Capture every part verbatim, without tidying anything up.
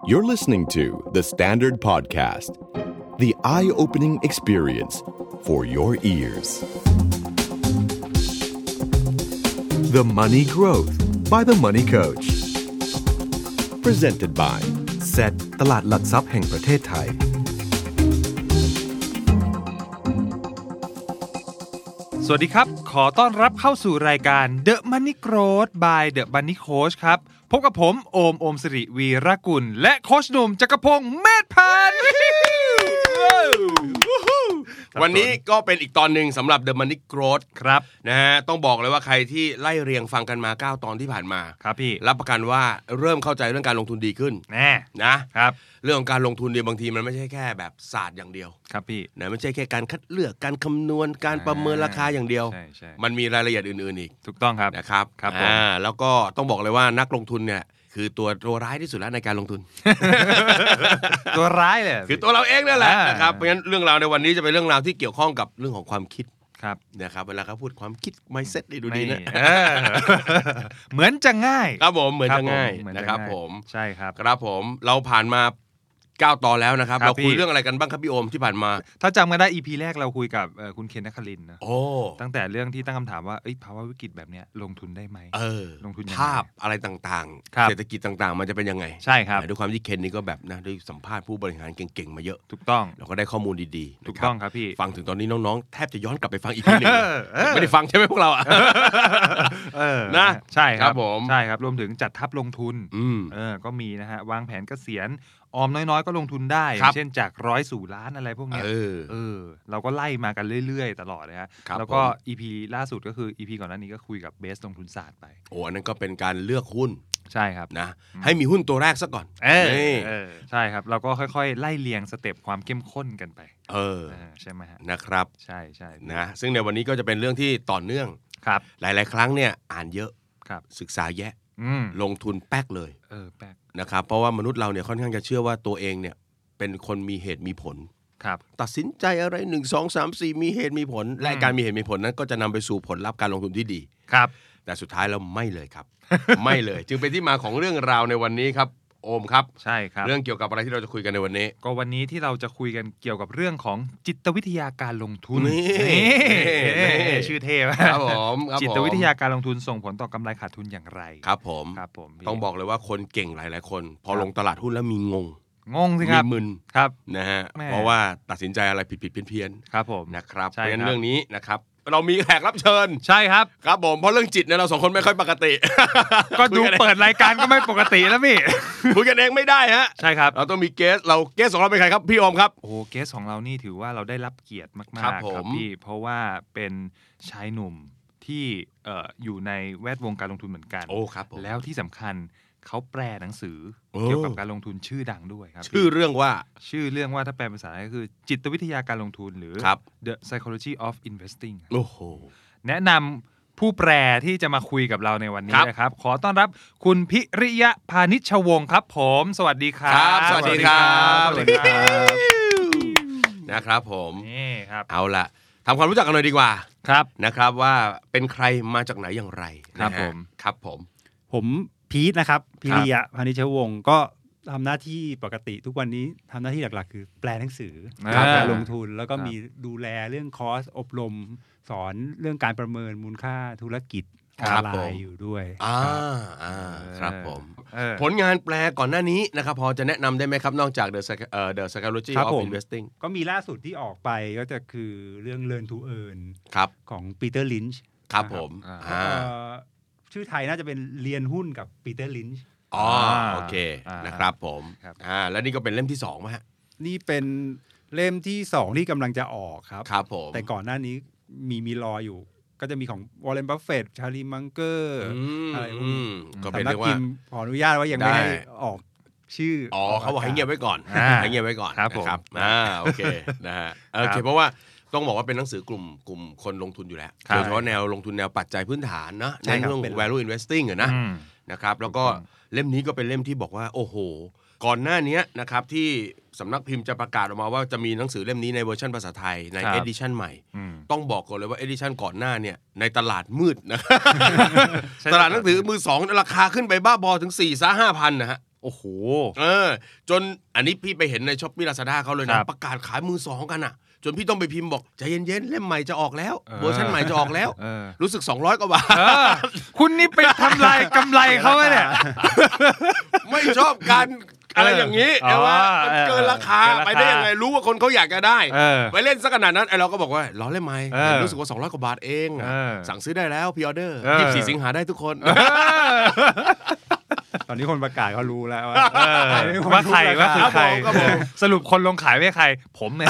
You're listening to The Standard Podcast, the eye-opening experience for your ears. The Money Growth by The Money Coach. Presented by เซ อี ที ตลาดหลักทรัพย์แห่งประเทศไทยสวัสดีครับขอต้อนรับเข้าสู่รายการ The Money Growth by The Money Coach ครับพบกับผมโอมโอมสิริวีรกุลและโค้ชหนุ่มจักรพงษ์เมธพันธ์วันนี้ก็เป็นอีกตอนหนึ่งสำหรับ The Money Growth ครับนะฮะต้องบอกเลยว่าใครที่ไล่เรียงฟังกันมาเก้าตอนที่ผ่านมาครับพี่รับประกันว่าเริ่มเข้าใจเรื่องการลงทุนดีขึ้นแน่นะครับเรื่องของการลงทุนเนี่ยบางทีมันไม่ใช่แค่แบบศาสตร์อย่างเดียวครับพี่นะไม่ใช่แค่การคัดเลือกการคำนวณการประเมินราคาอย่างเดียวมันมีรายละเอียดอื่นๆอีกถูกต้องครับนะครับครับอ่าแล้วก็ต้องบอกเลยว่านักลงทุนเนี่ยคือตัวตัวร้ายที่สุดแล้วในการลงทุนตัวร้ายเลยคือตัวเราเองนั่นแหละนะครับเพราะฉะนั้นเรื่องราวในวันนี้จะเป็นเรื่องราวที่เกี่ยวข้องกับเรื่องของความคิดครับนะครับเวลาเขาพูดความคิด mindset นี่ดูดีนะเหมือนจะง่ายครับผมเหมือนจะง่ายนะครับผมใช่ครับครับผมเราผ่านมาเก้าตอนแล้วนะครับเราคุยเรื่องอะไรกันบ้างครับพี่โอมที่ผ่านมาถ้าจำกันได้ อี พี แรกเราคุยกับคุณเคนนครินทร์นะโอ้ตั้งแต่เรื่องที่ตั้งคำถามว่าเอ้ยภาวะวิกฤตแบบเนี้ยลงทุนได้ไหมเออลงทุนยังไงภาพอะไรต่างๆเศรษฐกิจต่างๆมันจะเป็นยังไงใช่ครับด้วยความที่เคนนี่ก็แบบนะได้สัมภาษณ์ผู้บริหารเก่งๆมาเยอะถูกต้องเราก็ได้ข้อมูลดีๆถูกต้องครับพี่ฟังถึงตอนนี้น้องๆแทบจะย้อนกลับไปฟังอีกทีนึงไม่ได้ฟังใช่ไหมพวกเราอ่ะนะใช่ครับผมใช่ครับรวมถึงจัดทัพลงทุนเออก็มีนะฮะวางแผนเกษียณออมน้อยๆก็ลงทุนได้เช่นจากร้อยสู่ล้านอะไรพวกนี้เออเราก็ไล่มากันเรื่อยๆตลอดเลยฮะแล้วก็ อี พี ล่าสุดก็คือ อี พี ก่อนหน้านี้ก็คุยกับเบสลงทุนศาสตร์ไปโอ้อันนั้นก็เป็นการเลือกหุ้นใช่ครับนะให้มีหุ้นตัวแรกซะก่อนเออใช่ครับเราก็ค่อยๆไล่เรียงสเต็ปความเข้มข้นกันไปเออใช่ไหมฮะนะครับใช่ใช่นะซึ่งในวันนี้ก็จะเป็นเรื่องที่ต่อเนื่องครับหลายๆครั้งเนี่ยอ่านเยอะครับศึกษาแยะลงทุนแป๊กเลยเออแป๊กนะครับเพราะว่ามนุษย์เราเนี่ยค่อนข้างจะเชื่อว่าตัวเองเนี่ยเป็นคนมีเหตุมีผลครับตัดสินใจอะไรหนึ่ง สอง สาม สี่มีเหตุมีผลและการมีเหตุมีผลนั้นก็จะนำไปสู่ผลลัพธ์การลงทุนที่ดีครับแต่สุดท้ายแล้วไม่เลยครับ ไม่เลยจึงเป็นที่มาของเรื่องราวในวันนี้ครับโอมครับใช่ครับเรื่องเกี่ยวกับอะไรที่เราจะคุยกันในวันนี้ก็วันนี้ที่เราจะคุยกันเกี่ยวกับเรื่องของจิตวิทยาการลงทุนนี่ชื่อเท่ครับผมจิตวิทยาการลงทุนส่งผลต่อกำไรขาดทุนอย่างไรครับผมครับผมต้องบอกเลยว่าคนเก่งหลายๆคนพอลงตลาดหุ้นแล้วมีงงงงสิครับมีมึนครับนะฮะเพราะว่าตัดสินใจอะไรผิดๆเพี้ยนๆครับผมนะครับเพราะฉะนั้นเรื่องนี้นะครับเรามีแขกรับเชิญใช่ครับครับผมเพราะเรื่องจิตเนี่ยเราสองคนไม่ค่อยปกติก็ดูเปิดรายการก็ไม่ปกติแล้วพี่คุยกันเองไม่ได้ฮะใช่ครับเราต้องมีเกสเราเกสของเราเป็นใครครับพี่โอมครับโอ้เกสของเรานี่ถือว่าเราได้รับเกียรติมากๆครับพี่เพราะว่าเป็นชายหนุ่มที่เอ่ออยู่ในแวดวงการลงทุนเหมือนกันโอ้ครับแล้วที่สำคัญเขาแปลหนังสือเกี่ยวกับการลงทุนชื่อดังด้วยครับชื่อเรื่องว่าชื่อเรื่องว่าถ้าแปลภาษาไทยก็คือจิตวิทยาการลงทุนหรือ The Psychology of Investing โอ้โหแนะนำผู้แปลที่จะมาคุยกับเราในวันนี้นะครับขอต้อนรับคุณพิริยะพานิชวงศ์ครับผมสวัสดีครับสวัสดีครับสวัสดีครับนะครับผมนี่ครับเอาล่ะทำความรู้จักกันหน่อยดีกว่าครับนะครับว่าเป็นใครมาจากไหนอย่างไรครับผมครับผมผมพีทนะครับพิริยะพานิชวงศ์ก็ทำหน้าที่ปกติทุกวันนี้ทำหน้าที่หลักๆคือแปลหนังสือการลงทุนแล้วก็มีดูแลเรื่องคอร์สอบรมสอนเรื่องการประเมินมูลค่าธุรกิจออนไลน์อยู่ด้วยอ่าอ่าครับผมผลงานแปลก่อนหน้านี้นะครับพอจะแนะนำได้ไหมครับนอกจาก The The Psychology of Investing ก็มีล่าสุดที่ออกไปก็จะคือเรื่อง Learn to Earn ครับของปีเตอร์ลินช์ครับผมอ่าชื่อไทยน่าจะเป็นเรียนหุ้นกับปีเตอร์ลินช์อ๋อโอเคนะครับผมอ่าแล้วนี่ก็เป็นเล่มที่สองมั้ยฮะนี่เป็นเล่มที่สองที่กำลังจะออกครับครับผมแต่ก่อนหน้านี้มีมีรออยู่ก็จะมีของวอร์เรน บัฟเฟตต์ชาลีมังเกอร์อะไรพวกนี้ก็เป็นเรียกว่าขออนุญาตว่ายังไม่ให้ออกชื่ออ๋อเขาบอกให้เงียบไว้ก่อนให้เงียบไว้ก่อนนะครับอ่าโอเคนะฮะโอเคเพราะว่าต้องบอกว่าเป็นหนังสือกลุ่มกลุ่มคนลงทุนอยู่แล้วโดยเฉพาะแนวลงทุนแนวปัจจัยพื้นฐานนะในเรื่อง value investing อ่ะนะนะครับแล้วก็เล่มนี้ก็เป็นเล่มที่บอกว่าโอ้โหก่อนหน้านี้นะครับที่สำนักพิมพ์จะประกาศออกมาว่าจะมีหนังสือเล่มนี้ในเวอร์ชันภาษาไทยใน edition ใหม่ต้องบอกก่อนเลยว่า edition ก่อนหน้าเนี่ยในตลาดมืดนะ ตลาดหนังสือมือสองราคาขึ้นไปบ้าบอถึง สี่ถึงห้าพัน นะฮะโอ้โหเออจนอันนี้พี่ไปเห็นใน Shopee Lazada เขาเลยนะประกาศขายมือสองกันอ่ะจนพี่ต้องไปพิมพ์บอกใจเย็นๆเล่มใหม่จะออกแล้วเวอร์ชันใหม่จะออกแล้วรู้สึกสองร้อยกว่าบาทคุณนี่ไปทำลายกำไรเขาเนี่ยไม่ชอบการอะไรอย่างนี้แต่ว่ามันเกินราคาไปได้ยังไงรู้ว่าคนเขาอยากจะได้ไปเล่นซะขนาดนั้นไอเราก็บอกว่าล้อเล่นไหมรู้สึกว่าสองร้อยกว่าบาทเองสั่งซื้อได้แล้วพรีออเดอร์ยี่สิบสี่สิงหาได้ทุกคนตอนนี้คนประกาศเขารู้แล้วว่าว่าใครว่าคือใครสรุปคนลงขายไม่ใครผมเนี่ย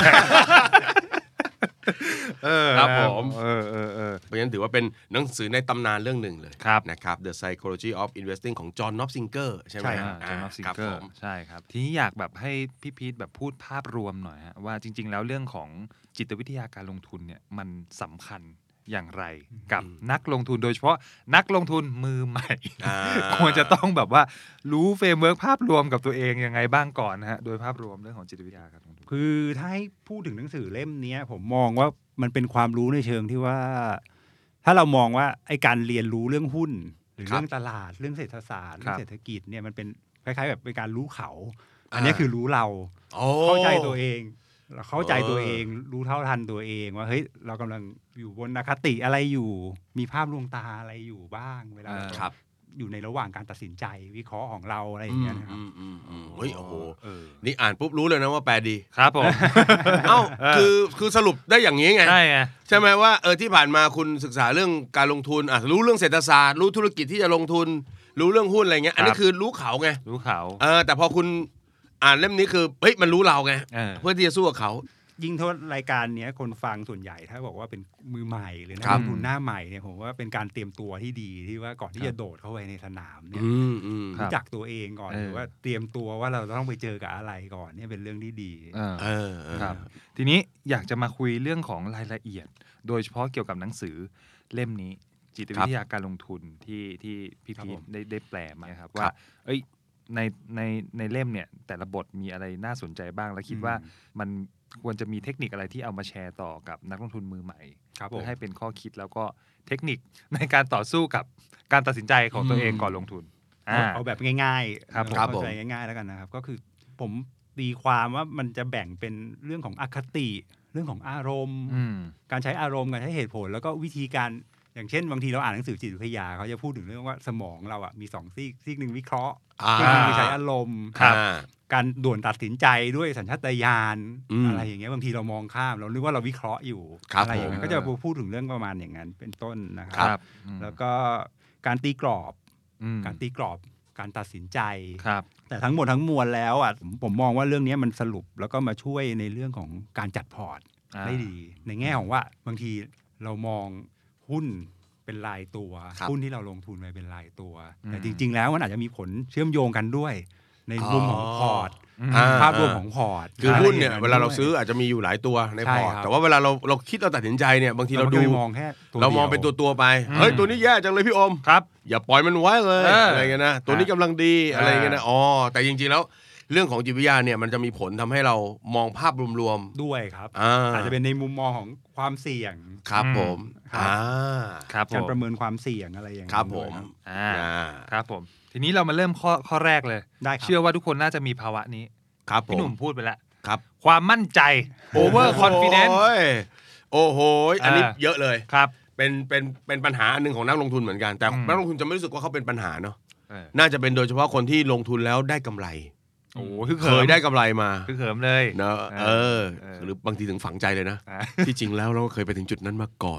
ครับผมเออเออเออเพราะฉะนั้นถือว่าเป็นหนังสือในตำนานเรื่องหนึ่งเลยนะครับ The Psychology of Investing ของ John Nopsinger ใช่ไหมจอห์น Nopsinger ใช่ครับทีนี้อยากแบบให้พี่พีทแบบพูดภาพรวมหน่อยฮะว่าจริงๆแล้วเรื่องของจิตวิทยาการลงทุนเนี่ยมันสำคัญอย่างไรกับนักลงทุนโดยเฉพาะนักลงทุนมือใหม่ควรจะต้องแบบว่ารู้เฟรมเวิร์คภาพรวมกับตัวเองยังไงบ้างก่อนนะฮะโดยภาพรวมเรื่องของจิตวิทยาการลงทุนคือถ้าให้พูดถึงหนังสือเล่มนี้ผมมองว่ามันเป็นความรู้ในเชิงที่ว่าถ้าเรามองว่าไอ้การเรียนรู้เรื่องหุ้นหรือเรื่องตลาดเรื่องเศรษฐศาสตร์เรื่องเศรษฐกิจเนี่ยมันเป็นคล้ายๆแบบเป็นการรู้เขาอันนี้คือรู้เราเข้าใจตัวเองเราเข้าใจตัวเองรู้เท่าทันตัวเองว่าเฮ้ยเรากำลังอยู่บนอคติอะไรอยู่มีภาพลวงตาอะไรอยู่บ้างเวลาอยู่ในระหว่างการตัดสินใจวิเคราะห์ของเราอะไรอย่างเงี้ยนะครับเฮ้ยโอ้โหนี่อ่านปุ๊บรู้เลยนะว่าแปลดีครับผมเอ้าคือคือสรุปได้อย่างนี้ไงใช่ไงใช่ไหมว่าเออที่ผ่านมาคุณศึกษาเรื่องการลงทุนอ่ะรู้เรื่องเศรษฐศาสตร์รู้ธุรกิจที่จะลงทุนรู้เรื่องหุ้นอะไรเงี้ยอันนี้คือรู้เขาไงรู้เขาเออแต่พอคุณอ่านเล่มนี้คือเฮ้ยมันรู้เราไงเพื่อที่จะสู้กับเขายิ่งโทษรายการนี้คนฟังส่วนใหญ่ถ้าบอกว่าเป็นมือใหม่หรือนักลงทุนหน้าใหม่เนี่ยผมว่าเป็นการเตรียมตัวที่ดีที่ว่าก่อนที่จะโดดเข้าไปในสนามเนี่ยรู้จักตัวเองก่อนหรือว่าเตรียมตัวว่าเราต้องไปเจอกับอะไรก่อนเนี่ยเป็นเรื่องที่ดีครับทีนี้อยากจะมาคุยเรื่องของรายละเอียดโดยเฉพาะเกี่ยวกับหนังสือเล่มนี้จิตวิทยาการลงทุนที่ที่พี่พีได้ได้แปลมาครับว่าเอ้ยในในในเล่มเนี่ยแต่ละบทมีอะไรน่าสนใจบ้างและคิดว่ามันควรจะมีเทคนิคอะไรที่เอามาแชร์ต่อกับนักลงทุนมือใหม่เพื่อให้เป็นข้อคิดแล้วก็เทคนิคในการต่อสู้กับการตัดสินใจของตัวเองก่อนลงทุนเอาแบบง่ายๆครับเข้าใจง่ายๆแล้วกันนะครับก็คือผมตีความว่ามันจะแบ่งเป็นเรื่องของอคติเรื่องของอารมณ์การใช้อารมณ์การใช้เหตุผลแล้วก็วิธีการอย่างเช่นบางทีเราอ่านหนังสือจิตวิทยาเขาจะพูดถึงเรื่องว่าสมองเราอ่ะมีสองซีกซีกนึงวิเคราะห์ซีกนึงใช้อารมณ์การด่วนตัดสินใจด้วยสัญชาตญาณอะไรอย่างเงี้ยบางทีเรามองข้ามเรานึกว่าเราวิเคราะห์อยู่อะไรอย่างเงี้ยก็จะพูดถึงเรื่องประมาณอย่างนั้นเป็นต้นนะครับแล้วก็การตีกรอบการตีกรอบการตัดสินใจแต่ทั้งหมดทั้งมวลแล้วอ่ะผมมองว่าเรื่องนี้มันสรุปแล้วก็มาช่วยในเรื่องของการจัดพอร์ตได้ดีในแง่ของว่าบางทีเรามองหุ้นเป็นรายตัวหุ้นที่เราลงทุนไปเป็นรายตัวแต่จริงๆแล้วมันอาจจะมีผลเชื่อมโยงกันด้วยในมุมของพอร์ตภาพรวมของพอร์ตคือหุ้นเนี่ยเวลาเราซื้ออาจจะมีอยู่หลายตัวในพอร์ตแต่ว่าเวลาเราเราคิดเราตัดสินใจเนี่ยบางทีเราดูมองแค่เรามองเป็นตัวตัวไปเฮ้ยตัวนี้แย่จังเลยพี่อมครับอย่าปล่อยมันไว้เลยอะไรเงี้ยนะตัวนี้กำลังดีอะไรเงี้ยนะอ๋อแต่จริงๆแล้วเรื่องของจิตวิทยาเนี่ยมันจะมีผลทำให้เรามองภาพรวมๆด้วยครับอาจจะเป็นในมุมมองของความเสี่ยงครับผมการประเมินความเสี่ยงอะไรอย่างนี้ครับผมครับผมทีนี้เรามาเริ่มข้อข้อแรกเลยเชื่อว่าทุกคนน่าจะมีภาวะนี้พี่หนุ่มพูดไปแล้วครับความมั่นใจ over confidence โอ้โหอันนี้เยอะเลยครับเป็นเป็นเป็นปัญหาอันนึงของนักลงทุนเหมือนกันแต่นักลงทุนจะไม่รู้สึกว่าเขาเป็นปัญหาเนาะน่าจะเป็นโดยเฉพาะคนที่ลงทุนแล้วได้กำไรโอ้เคยได้กำไรมาคือเขิมเลยเนอะเออหรือบางทีถึงฝังใจเลยนะที่จริงแล้วเราเคยไปถึงจุดนั้นมาก่อน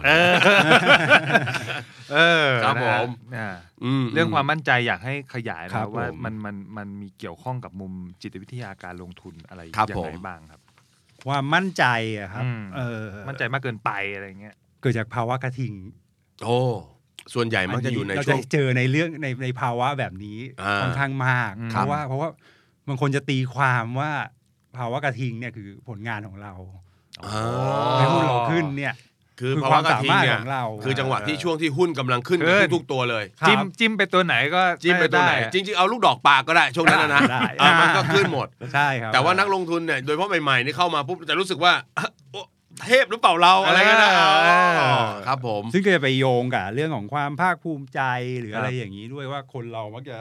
เออครับผมเรื่องความมั่นใจอยากให้ขยายนะว่ามันมันมันมีเกี่ยวข้องกับมุมจิตวิทยาการลงทุนอะไรอย่างไรบ้างครับความมั่นใจอะครับเออมั่นใจมากเกินไปอะไรเงี้ยเกิดจากภาวะกระทิงโอ้ส่วนใหญ่มักจะอยู่ในช่วงเจอในเรื่องในในภาวะแบบนี้ค่อนข้างมากเพราะว่าเพราะว่าบางคนจะตีความว่าภาวะกระทิงเนี่ยคือผลงานของเราให้หุ้นเราขึ้นเนี่ยคือภาวะกระทิงเนี่ยคือจังหวะที่ช่วงที่หุ้นกำลังขึ้นทุกตัวเลยจิ้มจิ้มไปตัวไหนก็จิ้มไปตัวไหนจริงๆเอาลูกดอกปากก็ได้ช่วงนั้นนะมันก็ขึ้นหมดใช่ครับแต่ว่านักลงทุนเนี่ยโดยเฉพาะใหม่ๆนี่เข้ามาปุ๊บจะรู้สึกว่าเทพหรือเปล่าเราอะไรกันนะครับผมซึ่งก็จะไปโยงกับเรื่องของความภาคภูมิใจหรืออะไรอย่างนี้ด้วยว่าคนเรามักจะ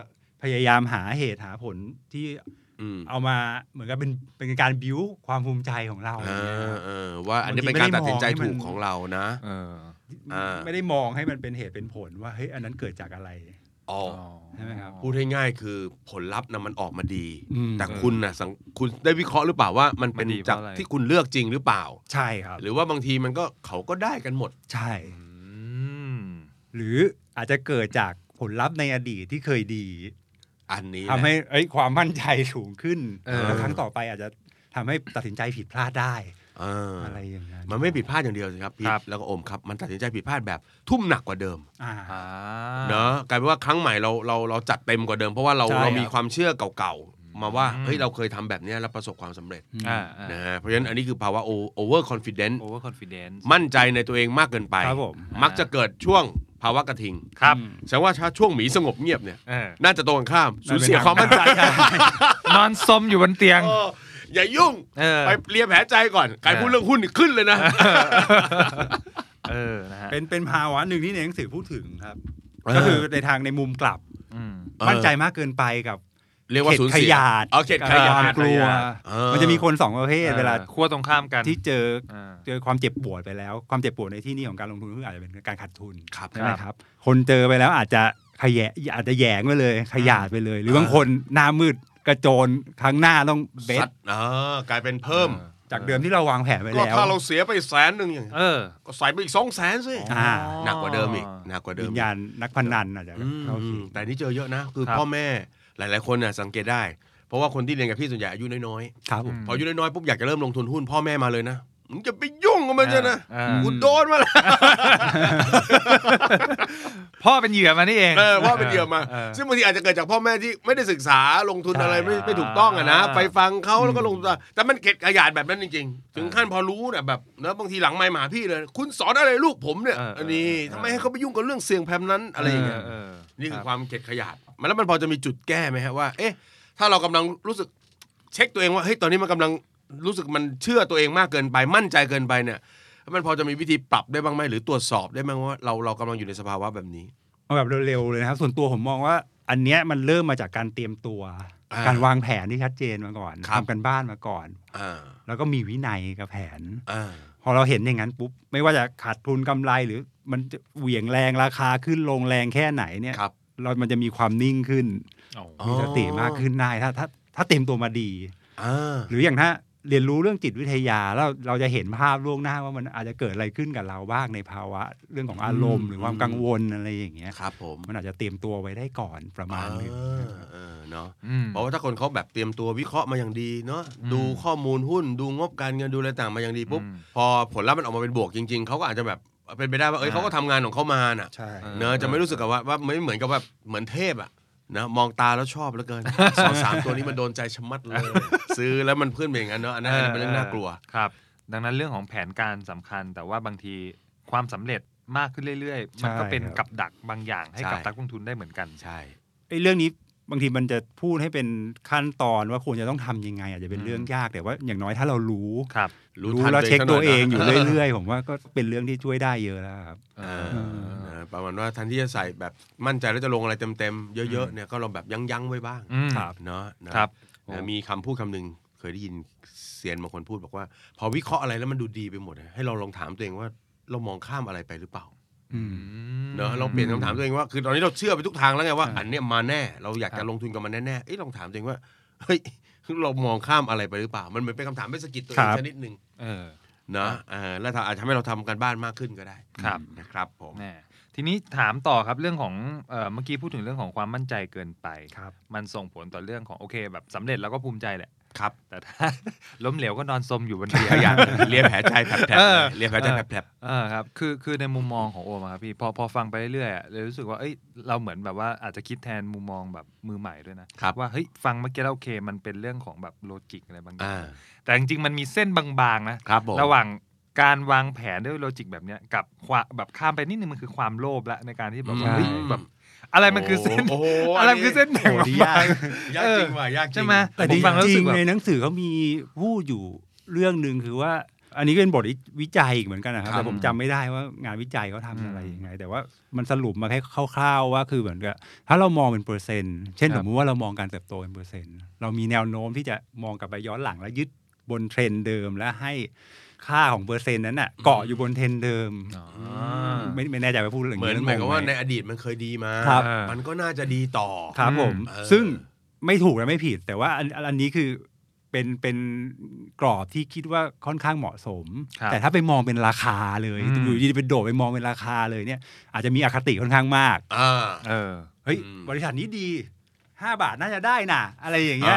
พยายามหาเหตุหาผลที่เอามาเหมือนกับเป็นเป็นการบิ้วความภูมิใจของเราว่าอันนี้เป็นการตัดสินใจถูกของเรานะไม่ได้มองให้มันเป็นเหตุเป็นผลว่าเฮ้ยอันนั้นเกิดจากอะไรอ๋อใช่ไหมครับพูดให้ง่ายคือผลลัพธ์นะมันออกมาดีแต่คุณนะคุณได้วิเคราะห์หรือเปล่าว่ามันเป็นจากที่คุณเลือกจริงหรือเปล่าใช่ครับหรือว่าบางทีมันก็เขาก็ได้กันหมดใช่หรืออาจจะเกิดจากผลลัพธ์ในอดีตที่เคยดีอันนี้ทำให้ไอ้ความมั่นใจสูงขึ้นแล้วครั้งต่อไปอาจจะทำให้ตัดสินใจผิดพลาดได้อะไรอย่างนั้นมันไม่ผิดพลาดอย่างเดียวสิครับพี่แล้วก็โอมครับมันตัดสินใจผิดพลาดแบบทุ่มหนักกว่าเดิมเนาะกลายเป็นว่าครั้งใหม่เราเราเราจัดเต็มกว่าเดิมเพราะว่าเราเรามีความเชื่อเก่าๆมาว่าเฮ้ยเราเคยทำแบบนี้แล้วประสบความสำเร็จนะฮะเพราะฉะนั้นอันนี้คือภาวะ over confidence over confidence มั่นใจในตัวเองมากเกินไปมักจะเกิดช่วงภาวะกระทิงครับแสดงว่าถ้าช่วงหมีสงบเงียบเนี่ยน่าจะตรงกันข้ามสูญเสียความมั่นใจนอนซมอยู่บนเตียงอย่ายุ่งไปเลียแผลใจก่อนใครพูดเรื่องหุ้นขึ้นเลยนะเออนะฮะเป็นเป็นภาวะหนึ่งที่ในหนังสือพูดถึงครับก็คือในทางในมุมกลับมั่นใจมากเกินไปกับเรียกว่าสูญเสียเอาเข็ดขยาดกลัวมันจะมีคนสองประเภทเวลาขั้วตรงข้ามกันที่เจอเจอความเจ็บปวดไปแล้วความเจ็บปวดในที่นี้ของการลงทุนก็อาจจะเป็นการขาดทุนใช่ไหมครับคนเจอไปแล้วอาจจะขยะอาจจะแยงไปเลยขยาดไปเลยหรือบางคนหน้ามืดกระโจนครั้งหน้าต้องเบสอ๋อกลายเป็นเพิ่มจากเดิมที่เราวางแผนไว้แล้วก็ถ้าเราเสียไปแสนหนึ่งอย่างก็ใส่ไปอีกสองแสนสิหนักกว่าเดิมอีกหนักกว่าเดิมวิญญาณนักพนันอาจจะแต่นี่เจอเยอะนะคือพ่อแม่หลายๆคนน่ะสังเกตได้เพราะว่าคนที่เรียนกับพี่ส่วนใหญ่อายุน้อยๆครับพออายุน้อยๆปุ๊บอยากจะเริ่มลงทุนหุ้นพ่อแม่มาเลยนะมึงจะไปยุ่งกับมันใช่นะกูโดนมาแล้วพ่อเป็นเหยื่อมานี่เองเออพ่อเป็นเหยื่อมาซึ่งบางทีอาจจะเกิดจากพ่อแม่ที่ไม่ได้ศึกษาลงทุนอะไรไม่ไม่ถูกต้องอะนะไปฟังเขาแล้วก็ลงทุนแต่มันเข็ดขยาดแบบนั้นจริงๆถึงขั้นพอรู้เนี่ยแบบนะบางทีหลังไมค์มาพี่เลยคุณสอนอะไรลูกผมเนี่ยอันนี้ทำไมให้เขาไปยุ่งกับเรื่องเสี่ยงแพมนั้นอะไรอย่างเงี้ยนี่คือความเข็ดขยาดมันแล้วมันพอจะมีจุดแก้ไหมฮะว่าเอ๊ะถ้าเรากำลังรู้สึกเช็คตัวเองว่าเฮ้ยตอนนี้มันกำลังรู้สึกมันเชื่อตัวเองมากเกินไปมั่นใจเกินไปเนี่ยมันพอจะมีวิธีปรับได้บ้างไหมหรือตรวจสอบได้บ้างว่าเราเรากำลังอยู่ในสภาวะแบบนี้เอาแบบเร็วๆเลยนะครับส่วนตัวผมมองว่าอันเนี้ยมันเริ่มมาจากการเตรียมตัวการวางแผนที่ชัดเจนมาก่อนทำกันบ้านมาก่อนแล้วก็มีวินัยกับแผนพอเราเห็นอย่างนั้นปุ๊บไม่ว่าจะขาดทุนกำไรหรือมันจะเหวี่ยงแรงราคาขึ้นลงแรงแค่ไหนเนี่ยเรามันจะมีความนิ่งขึ้นมีสติมากขึ้นได้ถ้าถ้าถ้าเตรียมตัวมาดีหรืออย่างถ้าเรียนรู้เรื่องจิตวิทยาแล้วเราจะเห็นภาพล่วงหน้าว่ามันอาจจะเกิดอะไรขึ้นกับเราบ้างในภาวะเรื่องของอารมณ์หรือความกังวลอะไรอย่างเงี้ยครับผมมันอาจจะเตรียมตัวไว้ได้ก่อนประมาณนึงเนาะเพราะว่าถ้าคนเขาแบบเตรียมตัววิเคราะห์มาอย่างดีเนาะดูข้อมูลหุ้นดูงบการเงินดูอะไรต่างมาอย่างดีปุ๊บพอผลลัพธ์มันออกมาเป็นบวกจริงๆเขาก็อาจจะแบบเป็นไปได้ว่าเอ้ยเขาก็ทำงานของเขามาน่ะเนอะจะไม่รู้สึกกับว่าว่าไม่เหมือนกับว่าเหมือนเทพอะนะมองตาแล้วชอบเหลือเกินสองสามตัวนี้มันโดนใจชะมัดเลยซื้อแล้วมันเพื่อนเป็นอย่างนั้นเนาะอันนั้นเป็นเรื่องน่ากลัวครับดังนั้นเรื่องของแผนการสำคัญแต่ว่าบางทีความสำเร็จมากขึ้นเรื่อยๆมันก็เป็นกับดักบางอย่างให้กับนักลงทุนได้เหมือนกันใช่ไอ้เรื่องนี้บางทีมันจะพูดให้เป็นขั้นตอนว่าควรจะต้องทำยังไงอาจจะเป็นเรื่องยากแต่ว่าอย่างน้อยถ้าเรารู้ครับรู้แล้วเช็คตัวเองอยู่เรื่อยๆผมว่าก็เป็นเรื่องที่ช่วยได้เยอะแล้วครับประมาณว่าทันที่จะใส่แบบมั่นใจแล้วจะลงอะไรเต็มๆเยอะๆเนี่ยก็เราแบบยั้งๆไว้บ้างเนาะนะครับมีคำพูดคำหนึ่งเคยได้ยินเซียนบางคนพูดบอกว่าพอวิเคราะห์อะไรแล้วมันดูดีไปหมดให้เราลองถามตัวเองว่าเรามองข้ามอะไรไปหรือเปล่าเนอะเราเปลี่ยนคำถามตัวเองว่าคือตอนนี้เราเชื่อไปทุกทางแล้วไงว่าอันเนี้ยมาแน่เราอยากจะลงทุนกับมันแน่ๆเอ้ยลองถามตัวเองว่าเฮ้ยเรามองข้ามอะไรไปหรือเปล่ามันเหมือนเป็นคำถามไม่สะกิดตัวเองชนิดนึงเนอะแล้วอาจจะทำให้เราทำกันบ้านมากขึ้นก็ได้นะครับผมทีนี้ถามต่อครับเรื่องของเอ่อเมื่อกี้พูดถึงเรื่องของความมั่นใจเกินไปมันส่งผลต่อเรื่องของโอเคแบบสำเร็จแล้วก็ภูมิใจแหละครับแต่ถ้าล้มเหลวก็นอนซมอยู่บนเตียงอย่างเลียแผลใจแผลบเลียแผลใจแผลบเออครับคือคือในมุมมองของโอมครับพี่พอพอฟังไปเรื่อยๆเลยรู้สึกว่าเอ้ยเราเหมือนแบบว่าอาจจะคิดแทนมุมมองแบบมือใหม่ด้วยนะว่าเฮ้ยฟังเมื่อกี้แล้วโอเคมันเป็นเรื่องของแบบโลจิกอะไรบางอย่างแต่จริงๆมันมีเส้นบางๆนะระหว่างการวางแผนด้วยโลจิกแบบเนี้ยกับแบบข้ามไปนิดนึงมันคือความโลภละในการที่แบบว่าแบบอะไรมันคือเส้นอะไรคือเส้นแบ่งที่ยากยากจริงว่ะยากจริงใช่ไหมแต่จริงๆในหนังสือเขามีพูดอยู่เรื่องนึงคือว่าอันนี้ก็เป็นบทวิจัยอีกเหมือนกันนะครับแต่ผมจำไม่ได้ว่างานวิจัยเขาทำอะไรยังไงแต่ว่ามันสรุปมาแค่คร่าวๆว่าคือเหมือนกับถ้าเรามองเป็นเปอร์เซ็นต์เช่นสมมติว่าเรามองการเติบโตเป็นเปอร์เซ็นต์เรามีแนวโน้มที่จะมองกลับไปย้อนหลังและยึดบนเทรนด์เดิมและให้ค่าของเปอร์เซ็นต์นั้นน่ะเกาะอยู่บนเทรนด์เดิมไม่ไม่แน่ใจว่าพูดอย่างนี้เหมือนหมายความว่าในอดีตมันเคยดีมามันก็น่าจะดีต่อครับผมซึ่งไม่ถูกและไม่ผิดแต่ว่าอันอันนี้คือเป็นเป็นกรอบที่คิดว่าค่อนข้างเหมาะสมแต่ถ้าไปมองเป็นราคาเลยอยู่ดีไปโดดไปมองเป็นราคาเลยเนี่ยอาจจะมีอคติค่อนข้างมากเออเฮ้ยบริษัทนี้ดีห้าบาทน่าจะได้น่ะอะไรอย่างเงี้ย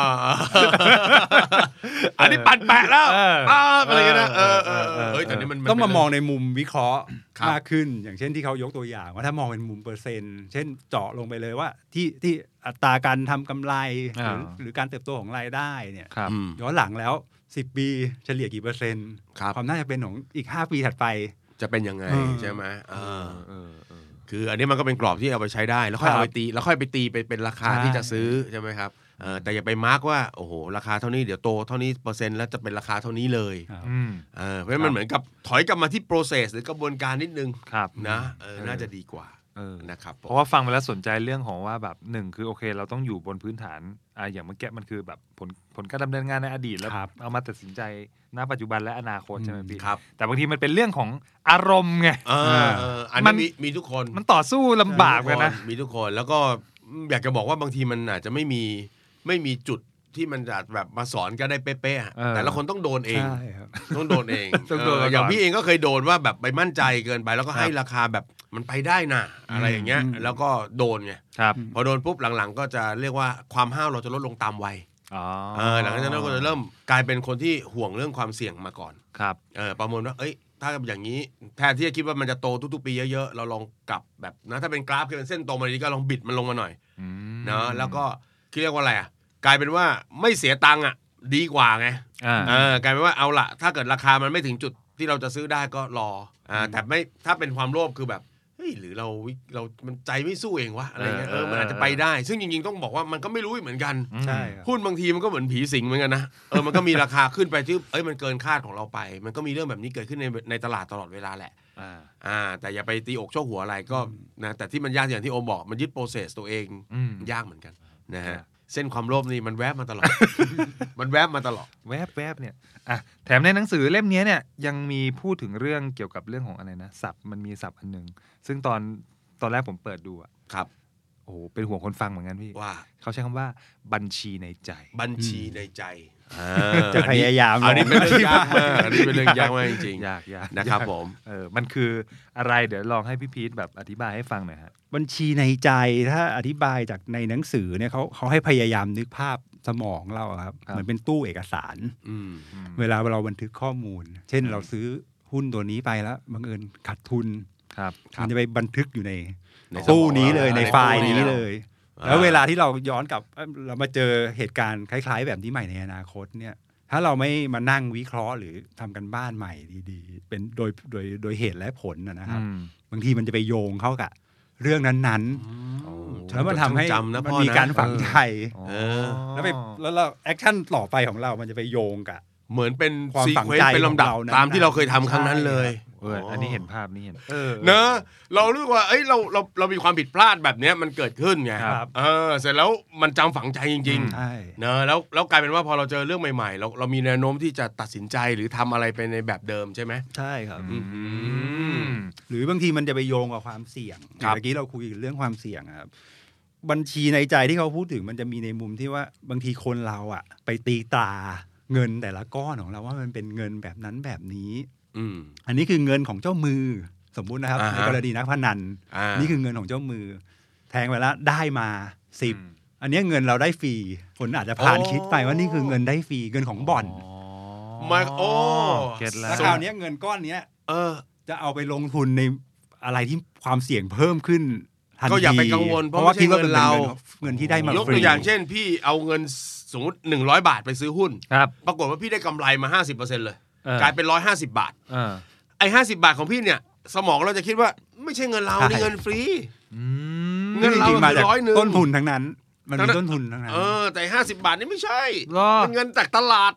อันนี้ปั่นแปะแล้วอะไรกันนะเออเออเฮ้ยแต่นี่มันต้องมามองในมุมวิเคราะห์มากขึ้นอย่างเช่นที่เขายกตัวอย่างว่าถ้ามองเป็นมุมเปอร์เซ็นต์เช่นเจาะลงไปเลยว่าที่ที่อัตราการทำกำไรหรือหรือการเติบโตของรายได้เนี่ยย้อนหลังแล้วสิบปีเฉลี่ยกี่เปอร์เซ็นต์ความน่าจะเป็นของอีกห้าปีถัดไปจะเป็นยังไงใช่ไหมคืออันนี้มันก็เป็นกรอบที่เอาไปใช้ได้แล้วค่อยเอาไปตีแล้วค่อยไปตีไปเป็นราคาที่จะซื้อใช่ไหมครับแต่อย่าไปมาร์กว่าโอ้โหราคาเท่านี้เดี๋ยวโตเท่านี้เปอร์เซ็นต์แล้วจะเป็นราคาเท่านี้เลยเพราะฉะนั้นมันเหมือนกับถอยกลับมาที่ process หรือกระบวนการนิดนึงนะน่าจะดีกว่านะครับเพราะว่าฟังไปแล้วสนใจเรื่องของว่าแบบหนึ่งคือโอเคเราต้องอยู่บนพื้นฐานอ่าอย่างเมื่อกี้มันคือแบบผลผลการดำเนินงานในอดีตแล้วเอามาตัดสินใจณปัจจุบันและอนาคตใช่ไหมพี่แต่บางทีมันเป็นเรื่องของอารมณ์ไงอันนี้มีมีทุกคนมันต่อสู้ลำบากเลยนะมีทุกคนแล้วก็อยากจะบอกว่าบางทีมันอาจจะไม่มีไม่มีจุดที่มันจะแบบมาสอนก็ได้เป๊ะๆแต่ละคนต้องโดนเองต้องโดนเองอย่างพี่เองก็เคยโดนว่าแบบไปมั่นใจเกินไปแล้วก็ให้ราคาแบบมันไปได้นะอะไรอย่างเงี้ยแล้วก็โดนไงพอโดนปุ๊บหลังๆก็จะเรียกว่าความห้าวเราจะลดลงตามวัยหลังจากนั้นเราก็จะเริ่มกลายเป็นคนที่ห่วงเรื่องความเสี่ยงมาก่อนประเมินว่าเอ้ยถ้าอย่างนี้แทนที่จะคิดว่ามันจะโตทุกๆปีเยอะๆเราลองกลับแบบนะถ้าเป็นกราฟที่เป็นเส้นตรงมาดีก็ลองบิดมันลงมาหน่อยเนาะแล้วก็เรียกว่าอะไรอ่ะกลายเป็นว่าไม่เสียตังค์อ่ะดีกว่าไงเออกลายเป็นว่าเอาละถ้าเกิดราคามันไม่ถึงจุดที่เราจะซื้อได้ก็รออ่าแต่ไม่ถ้าเป็นความโลภคือแบบเฮ้ยหรือเราเรามันใจไม่สู้เองวะอะไรเงี้ยเออมันอาจจะไปได้ซึ่งจริงๆต้องบอกว่ามันก็ไม่รู้เหมือนกันใช่หุ้นบางทีมันก็เหมือนผีสิงเหมือนกันนะเออมันก็มีราคาขึ้นไปที่เอ้ยมันเกินคาดของเราไปมันก็มีเรื่องแบบนี้เกิดขึ้นในในตลาดตลอดเวลาแหละอ่าแต่อย่าไปตีอกโชกหัวอะไรก็นะแต่ที่มันยากอย่างที่โอมบอกมันยึดโปรเซสตัวเองยากเหมือนกันนะฮะเส้นความโลภนี่มันแวบมาตลอด มันแวบมาตลอดแวบแวบเนี่ยอ่ะแถมในหนังสือเล่มนี้เนี่ยยังมีพูดถึงเรื่องเกี่ยวกับเรื่องของอะไรนะศัพท์มันมีศัพท์อันนึงซึ่งตอนตอนแรกผมเปิดดูอ่ะครับโอ้โหเป็นห่วงคนฟังเหมือนกันพี่ว่าเขาใช้คำว่าบัญชีในใจบัญชีในใจจะพยายามอันนี้เป็นเรื่องยากมากอันนี้เป็นเรื่องยากมากจริงๆยากยากนะครับผมเออมันคืออะไรเดี๋ยวลองให้พี่พีทแบบอธิบายให้ฟังหน่อยฮะบัญชีในใจถ้าอธิบายจากในหนังสือเนี่ยเขาเขาให้พยายามนึกภาพสมองเราครับเหมือนเป็นตู้เอกสารเวลาเราบันทึกข้อมูลเช่นเราซื้อหุ้นตัวนี้ไปแล้วบังเอิญขาดทุนมันจะไปบันทึกอยู่ในตู้นี้เลยในไฟล์นี้เลยแล้วเวลาที่เราย้อนกลับเรามาเจอเหตุการณ์คล้ายๆแบบนี้ใหม่ในอนาคตเนี่ยถ้าเราไม่มานั่งวิเคราะห์หรือทำกันบ้านใหม่ดีๆเป็นโดยโดยโดยเหตุและผลนะครับบางทีมันจะไปโยงเข้ากับเรื่องนั้นๆแล้วมันทำให้มันมีการฝังใจแล้วไปแล้วเราแอคชั่นต่อไปของเรามันจะไปโยงกับเหมือนเป็นซีเควนซ์เป็นลำดับตามที่เราเคยทำครั้งนั้นเลยเอออันนี้เห็นภาพนี้เห็นเออเนอะเราเรียกว่าเอ้ยเราเราเรามีความผิดพลาดแบบนี้มันเกิดขึ้นไงเออเสร็จแล้วมันจำฝังใจจริงๆเนอะแล้วแล้วกลายเป็นว่าพอเราเจอเรื่องใหม่ๆเราเรามีแนวโน้มที่จะตัดสินใจหรือทำอะไรไปในแบบเดิมใช่ไหมใช่ครับหรือบางทีมันจะไปโยงกับความเสี่ยงเมื่อกี้เราคุยเรื่องความเสี่ยงครับบัญชีในใจที่เขาพูดถึงมันจะมีในมุมที่ว่าบางทีคนเราอ่ะไปตีตราเงินแต่ละก้อนของเราว่ามันเป็นเงินแบบนั้นแบบนี้อันนี้คือเงินของเจ้ามือสมมุตินะครับในกรณีนักพนันนี่คือเงินของเจ้ามือแทงไปแล้วได้มาสิบอันนี้เงินเราได้ฟรีคนอาจจะผ่านคิดไปว่านี่คือเงินได้ฟรีเงินของบ่อนมาโอ้เก็ตแล้วคราวนี้เงินก้อนนี้เออจะเอาไปลงทุนในอะไรที่ความเสี่ยงเพิ่มขึ้นก็อย่าไปกังวลเพราะว่าคิดว่าเป็นเราเงินที่ได้มาฟรียกตัวอย่างเช่นพี่เอาเงินสมมติหนึ่งร้อยบาทไปซื้อหุ้นปรากฏว่าพี่ได้กำไรมา ห้าสิบเปอร์เซ็นต์ เลยกลายเป็นหนึ่งร้อยห้าสิบบาทไอ้ห้าสิบบาทของพี่เนี่ยสมองเราจะคิดว่าไม่ใช่เงินเรานี่เงินฟรีเงินเรามาจากต้นทุนทั้งนั้นมันมีต้นทุนทั้งนั้นเออแต่ห้าสิบบาทนี่ไม่ใช่เป็นเงินจากตลาด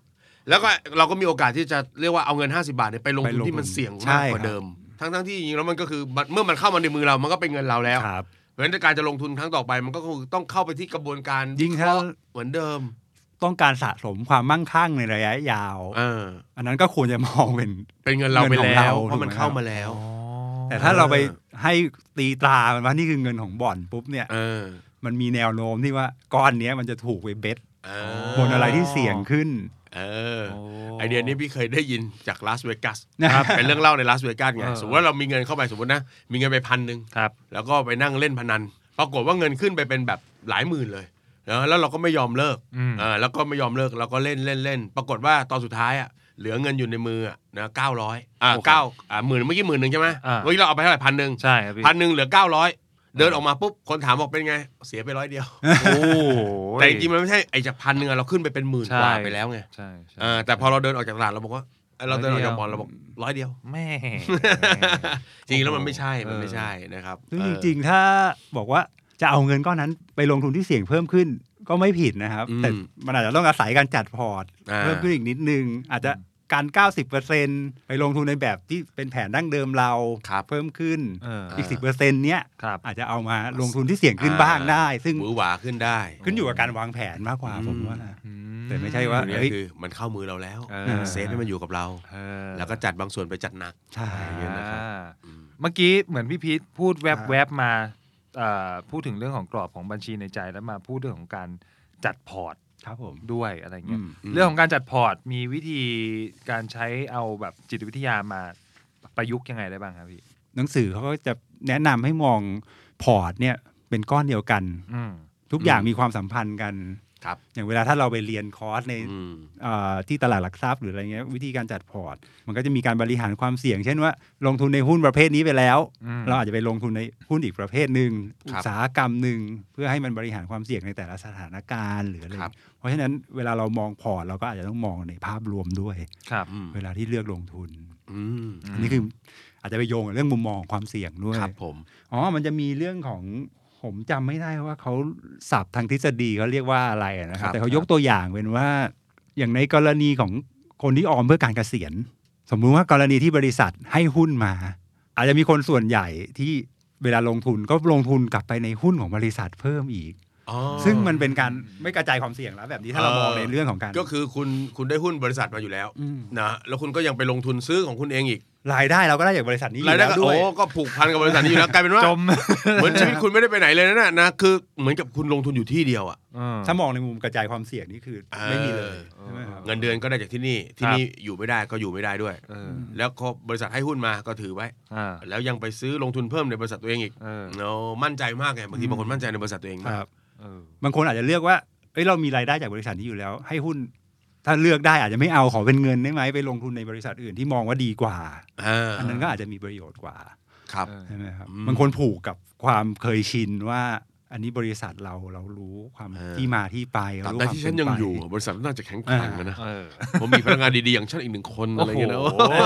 แล้วก็เราก็มีโอกาสที่จะเรียกว่าเอาเงินห้าสิบบาทเนี่ยไปลงทุนที่มันเสี่ยงมากกว่าเดิมทั้งๆที่จริงๆแล้วมันก็คือเมื่อมันเข้ามาในมือเรามันก็เป็นเงินเราแล้วเพราะฉะนั้นการจะลงทุนครั้งต่อไปมันก็คงต้องเข้าไปที่กระบวนการยิ่งถ้าเหมือนเดิมต้องการสะสมความมั่งคั่งในระยะยาวอันนั้นก็ควรจะมองเป็นเป็นเงินเราไปแล้วเพราะมันเข้ามาแล้วแต่ถ้าเราไปให้ตีตรามันว่านี่คือเงินของบ่อนปุ๊บเนี่ยมันมีแนวโน้มที่ว่าก้อนนี้มันจะถูกไปเบสบนอะไรที่เสี่ยงขึ้นเออไอเดียนี้พี่เคยได้ยินจากลาสเวกัสเป็นเรื่องเล่าในลาสเวกัสไงสมมติว่าเรามีเงินเข้าไปสมมตินะมีเงินไปพันหนึ่งแล้วก็ไปนั่งเล่นพนันปรากฏว่าเงินขึ้นไปเป็นแบบหลายหมื่นเลยแล้วเราก็ไม่ยอมเลิกอ่าแล้วก็ไม่ยอมเลิกเราก็เล่นเล่นเล่นปรากฏว่าตอนสุดท้ายอ่ะเหลือเงินอยู่ในมืออ่ะนะเก้าร้อยอ่าเก้าอ่าหมื่นเมื่อกี้หมื่นหนึ่งใช่ไหมเมื่อกี้เราเอาไปเท่าไหร่พันหนึ่งใช่พันหนึ่งเหลือเก้าร้อยเดินออกมาปุ๊บคนถามบอกเป็นไงเสียไปร้อยเดียวโอ้แต่จริงๆมันไม่ใช่ไอ้จากพันหนึ่งเราขึ้นไปเป็นหมื่นกว่าไปแล้วไงใช่อ่าแต่พอเราเดินออกจากตลาดเราบอกว่าเราเดินออกจากบ่อนเราบอกร้อยเดียวแม่จริงแล้วมันไม่ใช่มันไม่ใช่นะครับซึ่งจริงๆถ้าบอกว่าจะเอาเงินก้อนนั้นไปลงทุนที่เสี่ยงเพิ่มขึ้นก็ไม่ผิดนะครับแต่มันอาจจะต้องอาศัยการจัดพอร์ตเพิ่มขึ้นอีกนิดนึงอาจจะการ เก้าสิบเปอร์เซ็นต์ ไปลงทุนในแบบที่เป็นแผนดั้งเดิมเราเพิ่มขึ้นอีก สิบเปอร์เซ็นต์ เนี้ยอาจจะเอามาลงทุนที่เสี่ยงขึ้นบ้างได้ซึ่งหวือหวาขึ้นได้ขึ้นอยู่กับการวางแผนมากกว่าผมว่าแต่ไม่ใช่ว่านี่คือมันเข้ามือเราแล้วเซฟให้มันอยู่กับเราแล้วก็จัดบางส่วนไปจัดหนักใช่เมื่อกี้เหมือนพี่พีทพูดแวบๆมาพูดถึงเรื่องของกรอบของบัญชีในใจแล้วมาพูดเรื่องของการจัดพอร์ตครับผมด้วยอะไรเงี้ยเรื่องของการจัดพอร์ตมีวิธีการใช้เอาแบบจิตวิทยามาประยุกต์ยังไงได้บ้างครับพี่หนังสือเขาก็จะแนะนำให้มองพอร์ตเนี่ยเป็นก้อนเดียวกันทุกอย่างมีความสัมพันธ์กันอย่างเวลาถ้าเราไปเรียนคอร์สในที่ตลาดหลักทรัพย์หรืออะไรเงี้ยวิธีการจัดพอร์ตมันก็จะมีการบริหารความเสี่ยงเช่นว่าลงทุนในหุ้นประเภทนี้ไปแล้วเราอาจจะไปลงทุนในหุ้นอีกประเภทนึงอุตสาหกรรมนึงเพื่อให้มันบริหารความเสี่ยงในแต่ละสถานการณ์หรืออะไรเพราะฉะนั้นเวลาเรามองพอร์ตเราก็อาจจะต้องมองในภาพรวมด้วยเวลาที่เลือกลงทุนอันนี้คืออาจจะไปโยงกับเรื่องมุมมองของความเสี่ยงด้วยครับผมอ๋อมันจะมีเรื่องของผมจำไม่ได้ว่าเขาศัพท์ทางทฤษฎีเขาเรียกว่าอะไรนะครับแต่เขายกตัวอย่างเป็นว่าอย่างในกรณีของคนที่ออมเพื่อการเกษียณสมมุติว่ากรณีที่บริษัทให้หุ้นมาอาจจะมีคนส่วนใหญ่ที่เวลาลงทุนก็ลงทุนกลับไปในหุ้นของบริษัทเพิ่มอีกซึ่งมันเป็นการไม่กระจายความเสี่ยงแล้วแบบนี้ถ้าเรามองในเรื่องของการก็คือคุณคุณได้หุ้นบริษัทมาอยู่แล้วนะแล้วคุณก็ยังไปลงทุนซื้อของคุณเองอีกรายได้เราก็ได้จากบริษัทนี้อยู่แล้วด้วยโอ้ก็ผูกพันกับบริษัทนี้อยู่แล้วกลายเป็นว่าจมเหมือนชีวิตคุณไม่ได้ไปไหนเลยนะนะคือเหมือนกับคุณลงทุนอยู่ที่เดียวอ่ะถ้ามองในมุมกระจายความเสี่ยงนี่คือไม่มีเลยเงินเดือนก็ได้จากที่นี่ที่นี่อยู่ไม่ได้ก็อยู่ไม่ได้ด้วยแล้วก็บริษัทให้หุ้นมาก็ถือไว้แล้วยังไปซื้อลงทุนเพิ่มในบริษัทตัวเองอีกเรามั่นใจมากไงบางทีบางคนมั่นใจในบริษัทตัวเองมากบางคนอาจจะเลือกว่าเอ้ยเรามีรายได้จากบริษัทนี้อยู่แล้วให้หุ้นถ้าเลือกได้อาจจะไม่เอาขอเป็นเงินได้ไหมไปลงทุนในบริษัทอื่นที่มองว่าดีกว่าอันนั้นก็อาจจะมีประโยชน์กว่าครับใช่ไหมครับบางคนผูกกับความเคยชินว่าอันนี้บริษัทเราเรารู้ความที่มาที่ไปรู้ความที่ฉันยังอยู่บริษัทน่าจะแข็งแกร่งนะผมมีพนักงานดีๆอย่างฉันอีกหนึ่งคนอะไรเงี้ยนะ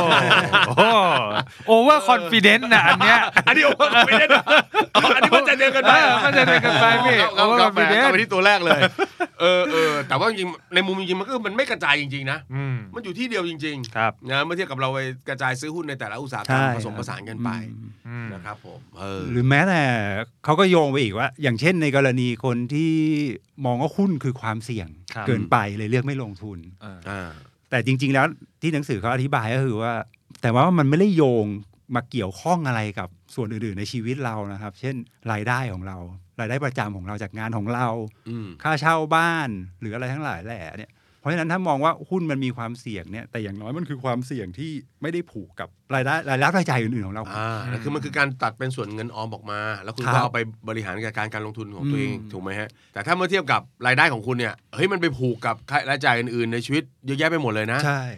โอเวอร์คอนฟิเดนซ์นะอันเนี้ยอันนี้โอเวอร์คอนฟิเดนซ์อันนี้มันใจเดียวกันไปมันใจเดียวกันไปพี่โอเวอร์คอนฟิเดนซ์ไปที่ตัวแรกเลยเออเออแต่ว่าจริงในมุมจริงๆมันก็มันไม่กระจายจริงๆนะมันอยู่ที่เดียวจริงๆนะเมื่อเทียบกับเราไปกระจายซื้อหุ้นในแต่ละอุตสาหกรรมผสมผสานกันไปนะครับผมหรือแม้แต่เขาก็โยงไปอีกว่าอย่างเช่นในกรณีคนที่มองว่าหุ้นคือความเสี่ยงเกินไปเลยเลือกไม่ลงทุนแต่จริงๆแล้วที่หนังสือเขาอธิบายก็คือว่าแต่ว่ามันไม่ได้โยงมาเกี่ยวข้องอะไรกับส่วนอื่นๆในชีวิตเรานะครับเช่นรายได้ของเรารายได้ประจำของเราจากงานของเราค่าเช่าบ้านหรืออะไรทั้งหลายแหละเนี่ยเพราะฉะนั้นถ้ามองว่าหุ้นมันมีความเสี่ยงเนี่ยแต่อย่างน้อยมันคือความเสี่ยงที่ไม่ได้ผูกกับรายได้รายรับรายจ่ายอื่นๆของเราอ่าคือมันคือการตัดเป็นส่วนเงินออมออกมาแล้วคุณก็เอาไปบริหารการการลงทุนของตัวเองถูกไหมฮะแต่ถ้าเมื่อเทียบกับรายได้ของคุณเนี่ยเฮ้ยมันไปผูกกับรายจ่ายอื่นๆในชีวิตเยอะแยะไปหมดเลยนะใช่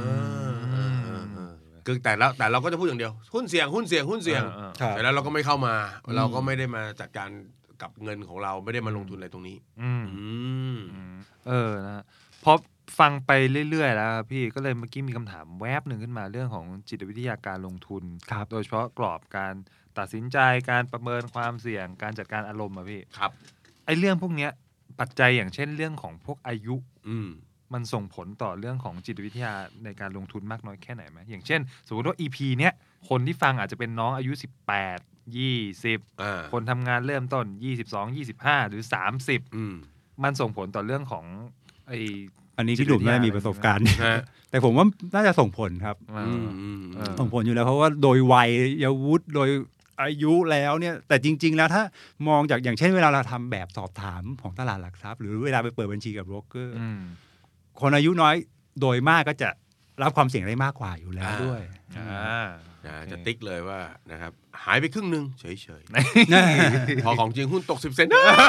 คือแต่แล้วแต่เราก็จะพูดอย่างเดียวหุ้นเสี่ยงหุ้นเสี่ยงหุ้นเสี่ยงแต่แล้วเราก็ไม่เข้ามาเราก็ไม่ได้มาจัดการกับเงินของเราไม่ได้มาลงทุนอะไรตรงนี้อืมเออนะเพราะฟังไปเรื่อยๆแล้วพี่ก็เลยเมื่อกี้มีคำถามแวบหนึ่งขึ้นมาเรื่องของจิตวิทยาการลงทุนโดยเฉพาะกรอบการตัดสินใจการประเมินความเสี่ยงการจัดการอารมณ์อะพี่ครับไอ้เรื่องพวกเนี้ยปัจจัยอย่างเช่นเรื่องของพวกอายุมันส่งผลต่อเรื่องของจิตวิทยาในการลงทุนมากน้อยแค่ไหนไหมอย่างเช่นสมมติว่า อี พี เนี้ยคนที่ฟังอาจจะเป็นน้องอายุสิบแปด ยี่สิบคนทำงานเริ่มต้นยี่สิบสอง ยี่สิบห้าหรือสามสิบอืมมันส่งผลต่อเรื่องของไออันนี้พี่ดุมไม่ได้มีประสบการณ์แต่ผมว่าน่าจะส่งผลครับส่งผลอยู่แล้วเพราะว่าโดยวัยวุฒิโดยอายุแล้วเนี่ยแต่จริงๆแล้วถ้ามองจากอย่างเช่นเวลาเราทำแบบสอบถามของตลาดหลักทรัพย์หรือเวลาไปเปิดบัญชีกับโบรกเกอร์คนอายุน้อยโดยมากก็จะรับความเสี่ยงได้มากกว่าอยู่แล้วด้วยจะติ๊กเลยว่านะครับหายไปครึ่งนึงเฉยๆพอของจริงหุ้นตกสิบเซน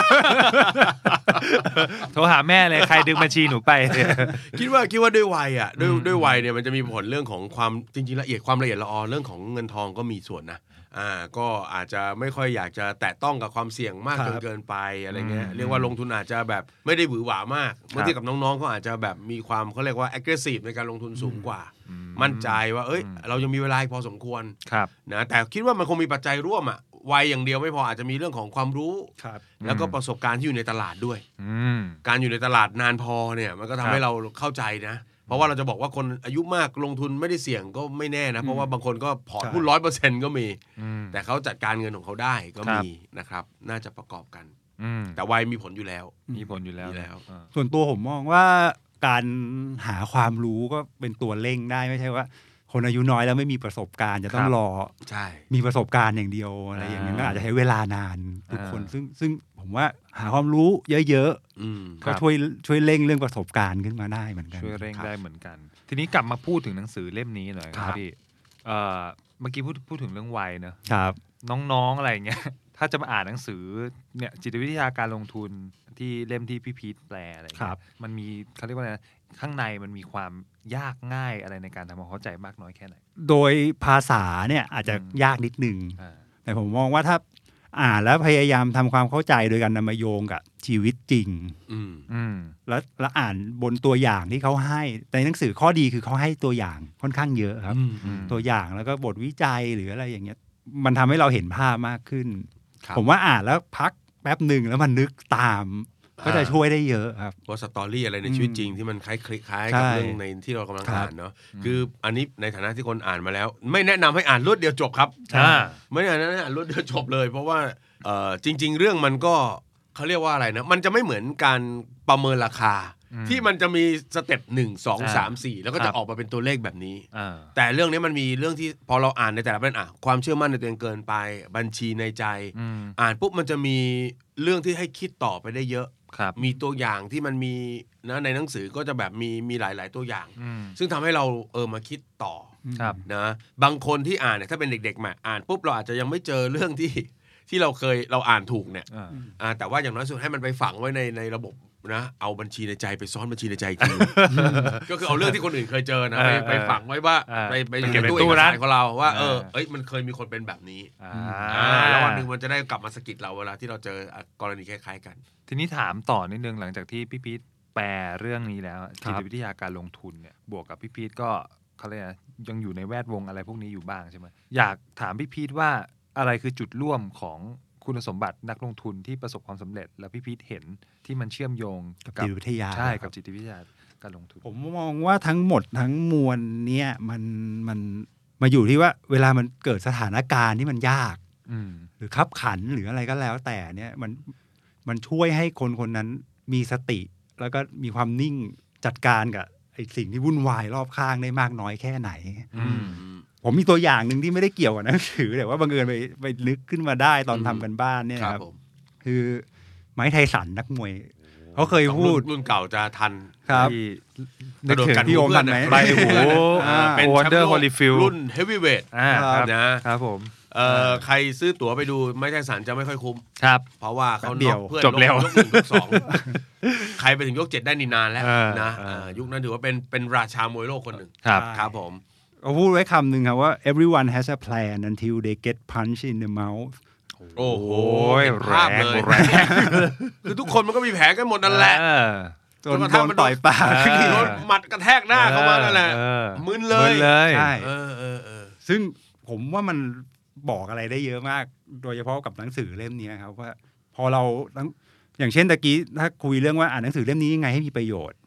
โทรหาแม่เลยใครดึงบัญชีหนูไปคิดว่าคิดว่าด้วยวัยอ่ะด้วยด้วยวัยเนี่ยมันจะมีผลเรื่องของความจริงๆละเอียดความละเอียดละออเรื่องของเงินทองก็มีส่วนนะอ่าก็อาจจะไม่ค่อยอยากจะแตะต้องกับความเสี่ยงมากจนเกินไปอะไรเงี้ยเรียกว่าลงทุนอาจจะแบบไม่ได้หวือหวามากเมื่อเทียบกับน้องๆเขาอาจจะแบบมีความเขาเรียกว่า aggressive ในการลงทุนสูงกว่ามั่นใจว่าเอ้ยเรายังมีเวลาพอสมควรนะแต่คิดว่ามันคงมีปัจจัยร่วมอ่ะวัยอย่างเดียวไม่พออาจจะมีเรื่องของความรู้แล้วก็ประสบการณ์ที่อยู่ในตลาดด้วยการอยู่ในตลาดนานพอเนี่ยมันก็ทำให้เราเข้าใจนะเพราะว่าเราจะบอกว่าคนอายุมากลงทุนไม่ได้เสี่ยงก็ไม่แน่นะเพราะว่าบางคนก็พอร์ตหุ้นร้อยเปอร์เซ็นต์ก็มีแต่เขาจัดการเงินของเขาได้ก็มีนะครับน่าจะประกอบกันแต่วัยมีผลอยู่แล้วมีผลอยู่แล้วส่วนตัวผมมองว่าการหาความรู้ก็เป็นตัวเร่งได้ไม่ใช่ว่าคนอายุน้อยแล้วไม่มีประสบการณ์จะต้องรอใช่มีประสบการณ์อย่างเดียวอะไรอย่างนั้นก็อาจจะใช้เวลานานทุกคนซึ่งซึ่งผมว่าหาความรู้เยอะๆก็ช่วยช่วยเร่งเรื่องประสบการณ์ขึ้นมาได้เหมือนกันช่วยเร่งได้เหมือนกันทีนี้กลับมาพูดถึงหนังสือเล่มนี้หน่อยครับพี่เมื่อกี้พูดพูดถึงเรื่องวัยนะครับน้องๆอะไรอย่างเงี้ยถ้าจะมาอ่านหนังสือเนี่ยจิตวิทยาการลงทุนที่เล่มที่พี่พีทแปลอะไรอย่างเงี้ยมันมีเขาเรียกว่าอะไรข้างในมันมีความยากง่ายอะไรในการทำความเข้าใจมากน้อยแค่ไหนโดยภาษาเนี่ยอาจจะยากนิดนึงแต่ผมมองว่าถ้าอ่านแล้วพยายามทำความเข้าใจโดยการนำมาโยงกับชีวิตจริงแล้วแล้วอ่านบนตัวอย่างที่เขาให้ในหนังสือข้อดีคือเขาให้ตัวอย่างค่อนข้างเยอะครับตัวอย่างแล้วก็บทวิจัยหรืออะไรอย่างเงี้ยมันทำให้เราเห็นภาพมากขึ้นผมว่าอ่านแล้วพักแป๊บหนึ่งแล้วมันนึกตามก็จะช่วยได้เยอะครับว่าสตอรี่อะไรในชีวิตจริงที่มันคล้ายๆกับเรื่องในที่เรากำลังอ่านเนาะคืออันนี้ในฐานะที่คนอ่านมาแล้วไม่แนะนำให้อ่านรวดเดียวจบครับไม่แนะนำให้อ่านรวดเดียวจบเลยเพราะว่าจริงๆเรื่องมันก็เขาเรียกว่าอะไรนะมันจะไม่เหมือนการประเมินราคาที่มันจะมีสเต็ปหนึ่งสองสามสี่แล้วก็จะออกมาเป็นตัวเลขแบบนี้แต่เรื่องนี้มันมีเรื่องที่พอเราอ่านในแต่ละประเด็นอ่ะความเชื่อมั่นในตัวเองเกินไปบัญชีในใจอ่านปุ๊บมันจะมีเรื่องที่ให้คิดต่อไปได้เยอะมีตัวอย่างที่มันมีนะในหนังสือก็จะแบบมีมีหลายๆตัวอย่างซึ่งทำให้เราเออมาคิดต่อนะบางคนที่อ่านเนี่ยถ้าเป็นเด็กๆมาอ่านปุ๊บเราอาจจะยังไม่เจอเรื่องที่ที่เราเคยเราอ่านถูกเนี่ยแต่ว่าอย่างน้อยสุดให้มันไปฝังไว้ในในระบบนะเอาบัญชีในใจไปซ้อนบัญชีในใจอีกทีก็คือเอาเรื่องที่คนอื่นเคยเจอนะไปไปฝังไว้ว่าไปไปเก็บในตู้เอกสารของเราว่าเออเอ้ยมันเคยมีคนเป็นแบบนี้แล้ววันหนึ่งมันจะได้กลับมาสะกิดเราเวลาที่เราเจอกรณีคล้ายๆกันทีนี้ถามต่อนิดนึงหลังจากที่พี่พีทแปลเรื่องนี้แล้วจิตวิทยาการลงทุนเนี่ยบวกกับพี่พีทก็เขาเรียกยังอยู่ในแวดวงอะไรพวกนี้อยู่บ้างใช่ไหมอยากถามพี่พีทว่าอะไรคือจุดร่วมของคุณสมบัตินักลงทุนที่ประสบความสำเร็จแล้วพี่พีทเห็นที่มันเชื่อมโยงกับจิตวิทยาใช่กับจิตวิทยาการลงทุนผมมองว่าทั้งหมดทั้งมวลเนี่ยมันมันมาอยู่ที่ว่าเวลามันเกิดสถานการณ์ที่มันยากหรือคับขันหรืออะไรก็แล้วแต่เนี่ยมันมันช่วยให้คนคนนั้นมีสติแล้วก็มีความนิ่งจัดการกับไอ้สิ่งที่วุ่นวายรอบข้างได้มากน้อยแค่ไหนผมมีตัวอย่างหนึ่งที่ไม่ได้เกี่ยวกับหนังสือแต่ว่าบังเอิญไปไปนึกขึ้นมาได้ตอนทำกันบ้านเนี่ยครับคือไม้ไทสันนักมวยเขาเคยพูดรุ่นเก่าจะทันครับนึกถึงพี่โอมกันไหมใบหูเป็นแชมป์โลกรุ่นเฮฟวีเวทนะครับผมเอ่อใครซื้อตั๋วไปดูไม้ไทสันจะไม่ค่อยคุ้มครับเพราะว่าเขาน็อกเพื่อนจบเร็วยกหนึ่งยกสองใครไปถึงยกเจ็ดได้นี่นานแล้วนะยุคนั้นถือว่าเป็นเป็นราชามวยโลกคนหนึ่งครับผมเขาพูดไว้คำหนึ่งครับว่า everyone has a plan until they get punched in the mouth โอ้โหภาพเลยคือทุกคนมันก็มีแผลกันหมดนั่นแหละจนโดนต่อยปากโดนหมัดกระแทกหน้าเข้ามานั่นแหละมึนเลยใช่ซึ่งผมว่ามันบอกอะไรได้เยอะมากโดยเฉพาะกับหนังสือเล่มนี้ครับว่าพอเราอย่างเช่นตะกี้ถ้าคุยเรื่องว่าอ่านหนังสือเล่มนี้ยังไงให้มีประโยชน์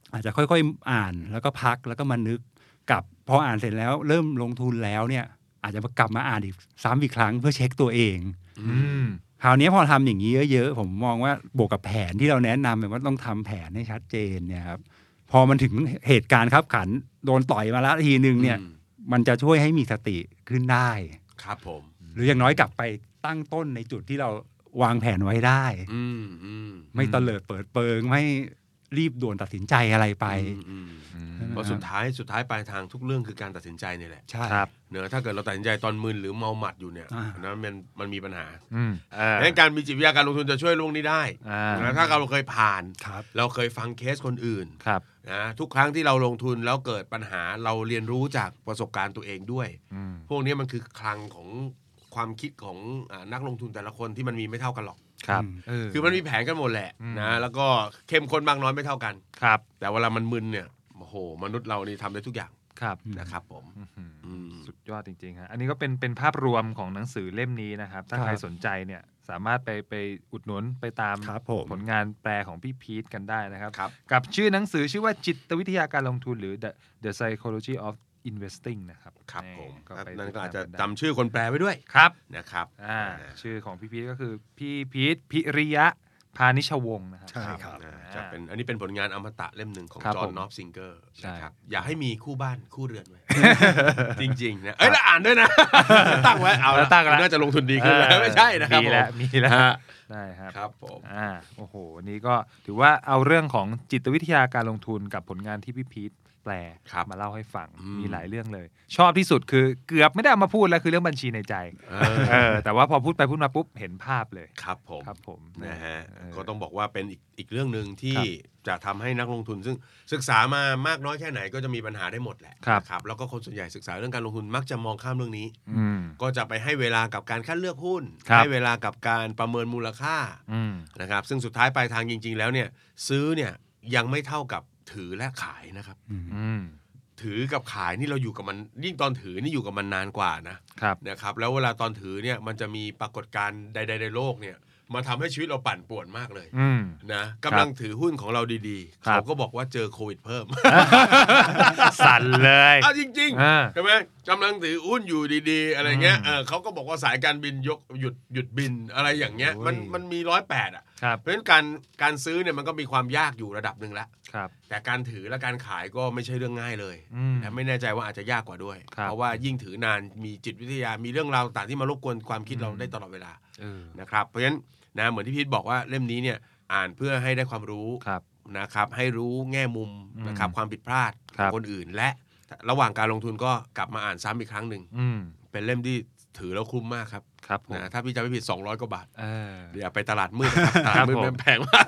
อาจจะค่อยๆอ่านแล้วก็พักแล้วก็มานึกกับพออ่านเสร็จแล้วเริ่มลงทุนแล้วเนี่ยอาจจะกลับมาอ่านอีกซ้ำอีกครั้งเพื่อเช็คตัวเองคราวนี้พอทำอย่างนี้เยอะๆผมมองว่าบวกกับแผนที่เราแนะนำแบบว่าต้องทำแผนให้ชัดเจนเนี่ยครับพอมันถึงเหตุการณ์ขับขันโดนต่อยมาแล้วทีนึงเนี่ยมันจะช่วยให้มีสติขึ้นได้ครับผมหรืออย่างน้อยกลับไปตั้งต้นในจุดที่เราวางแผนไว้ได้ไม่เตลิดเปิดเปิงไม่รีบด่วนตัดสินใจอะไรไปเพราะสุดท้ายสุดท้ายปลายทางทุกเรื่องคือการตัดสินใจนี่แหละใช่ครับเนอะถ้าเกิดเราตัดสินใจตอนมึนหรือเมาหมัดอยู่เนี่ยนั้นมันมันมีปัญหาดังนั้นการมีจิตวิทยาการลงทุนจะช่วยลงนี้ได้นะถ้าเราเคยผ่านเราเคยฟังเคสคนอื่นนะทุกครั้งที่เราลงทุนแล้วเกิดปัญหาเราเรียนรู้จากประสบการณ์ตัวเองด้วยพวกนี้มันคือคลังของความคิดของนักลงทุนแต่ละคนที่มันมีไม่เท่ากันหรอกครับคือมันมีแผนกันหมดแหละนะแล้วก็เข้มข้นบางน้อยไม่เท่ากันครับแต่เวลามันมึนเนี่ยโอ้โหมนุษย์เรานี่ทำได้ทุกอย่างครับนะครับผมสุดยอดจริงๆฮะอันนี้ก็เป็นเป็นภาพรวมของหนังสือเล่มนี้นะครับถ้าใครสนใจเนี่ยสามารถไปไปอุดหนุนไปตามผลงานแปลของพี่พีทกันได้นะครับกับชื่อหนังสือชื่อว่าจิตวิทยาการลงทุนหรือ The, The Psychology of Investing นะครับครับผมนั่นก็อาจจะจำชื่อคนแปลไว้ด้วยครับนะครับชื่อของพี่พีทก็คือพี่พีทพิริยะพานิชวงศ์นะครับใช่ครับจะเป็นอันนี้เป็นผลงานอมตะเล่มหนึ่งของจอห์นนอฟซิงเกอร์นะครับอยากให้มีคู่บ้านคู่เรือนไว้จริงๆนะเอ้ยแล้วอ่านด้วยนะตั้งไว้เอาแล้วตั้งแล้วน่าจะลงทุนดีขึ้นแล้วไม่ใช่นะครับมีแล้วมีแล้วได้ครับครับผมอ่าโอ้โหนี่ก็ถือว่าเอาเรื่องของจิตวิทยาการลงทุนกับผลงานที่พี่พีทแปลมาเล่าให้ฟังมีหลายเรื่องเลยชอบที่สุดคือเกือบไม่ได้เอามาพูดแล้วคือเรื่องบัญชีในใจเออแต่ว่าพอพูดไปพูดมาปุ๊บเห็นภาพเลยครับผมครับผมนะฮะก็ต้องบอกว่าเป็นอีกอีกเรื่องนึงที่จะทำให้นักลงทุนซึ่งศึกษามามากน้อยแค่ไหนก็จะมีปัญหาได้หมดแหละครับแล้วก็คนส่วนใหญ่ศึกษาเรื่องการลงทุนมักจะมองข้ามเรื่องนี้ก็จะไปให้เวลากับการคัดเลือกหุ้นให้เวลากับการประเมินมูลค่านะครับซึ่งสุดท้ายปลายทางจริงๆแล้วเนี่ยซื้อเนี่ยยังไม่เท่ากับถือและขายนะครับถือกับขายนี่เราอยู่กับมันยิ่งตอนถือนี่อยู่กับมันนานกว่านะนะครับแล้วเวลาตอนถือเนี่ยมันจะมีปรากฏการณ์ใดๆในโลกเนี่ยมาทำให้ชีวิตเราปั่นป่วนมากเลยนะกำลังถือหุ้นของเราดีๆเขาก็บอกว่าเจอโควิดเพิ่มสั่นเลยเอาจริงๆใช่ไหมกำลังถือหุ้นอยู่ดีๆอะไรเงี้ยเขาก็บอกว่าสายการบินยกหยุดหยุดบินอะไรอย่างเงี้ยมันมันมีร้อยแปดอ่ะเพราะฉะนั้นการการซื้อเนี่ยมันก็มีความยากอยู่ระดับหนึ่งแล้วแต่การถือและการขายก็ไม่ใช่เรื่องง่ายเลยและไม่แน่ใจว่าอาจจะยากกว่าด้วยเพราะว่ายิ่งถือนานมีจิตวิทยามีเรื่องราวต่างที่มารบกวนความคิดเราได้ตลอดเวลานะครับเพราะฉะนั้นนะเหมือนที่พีทบอกว่าเล่มนี้เนี่ยอ่านเพื่อให้ได้ความรู้นะครับให้รู้แง่มุมนะครับความผิดพลาดของคนอื่นและระหว่างการลงทุนก็กลับมาอ่านซ้ำอีกครั้งหนึ่งเป็นเล่มที่ถือแล้วคุ้มมากครับนะถ้าพี่จำไม่ผิดสองร้อยกว่าบาทเดี๋ยวไปตลาดมืดตลาดมืดแพงมาก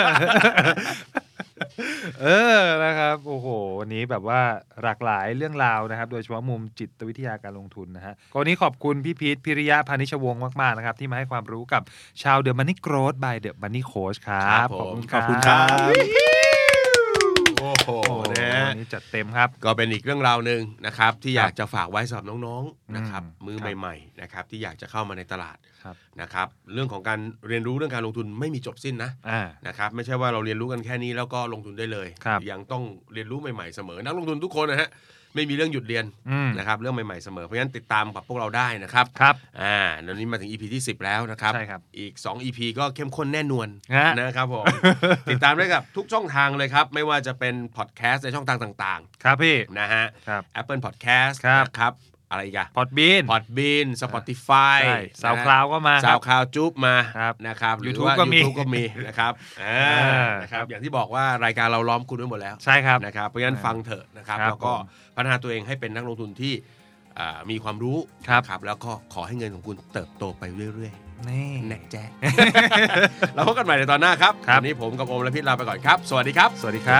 เออนะครับโอ้โหวันนี้แบบว่าหลากหลายเรื่องราวนะครับโดยเฉพาะมุมจิตวิทยาการลงทุนนะฮะวันนี้ขอบคุณพี่พีทพิริยะพานิชวงศ์มากๆนะครับที่มาให้ความรู้กับชาว The Money Growth by The Money Coach ครับขอบคุณขอบคุณครับโอ้โหวันนี้จัดเต็มครับก็เป็นอีกเรื่องราวนึงนะครับที่อยากจะฝากไว้สำหรับน้องๆนะครับมือใหม่ๆนะครับที่อยากจะเข้ามาในตลาดนะครับเรื่องของการเรียนรู้เรื่องการลงทุนไม่มีจบสิ้นนะนะครับไม่ใช่ว่าเราเรียนรู้กันแค่นี้แล้วก็ลงทุนได้เลยยังต้องเรียนรู้ใหม่ๆเสมอนักลงทุนทุกคนนะฮะไม่มีเรื่องหยุดเรียนนะครับเรื่องใหม่ๆเสมอเพราะฉะนั้นติดตามกับพวกเราได้นะครับครับอ่าตอนนี้มาถึง อี พี ที่สิบแล้วนะครับใช่ครับอีกสอง อี พี ก็เข้มข้นแน่นอนนะครับผมติดตามได้กับทุกช่องทางเลยครับไม่ว่าจะเป็นพอดแคสต์ในช่องทางต่างๆครับพี่นะฮะ Apple Podcast นะครับอะไรอีกอะ Podbean Podbean Spotify SoundCloud ก็มา SoundCloud จุ๊บมานะครับ YouTube ก็มี YouTube ก็มีนะครับอ่านะครับอย่างที่บอกว่ารายการเราล้อมคุณไว้หมดแล้วใช่ครับนะครับเพราะฉะนั้นฟังเถอะนะครับแล้วก็พัฒนาตัวเองให้เป็นนักลงทุนที่มีความรู้ครับแล้วก็ขอให้เงินของคุณเติบโตไปเรื่อยๆนี่แน่แจ๊เราพบกันใหม่ในตอนหน้าครับวันนี้ผมกับโอมและพิษลาไปก่อนครับสวัสดีครับสวัสดีครับ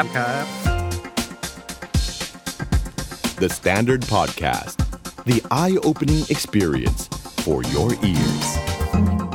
The Standard Podcast The eye-opening experience for your ears.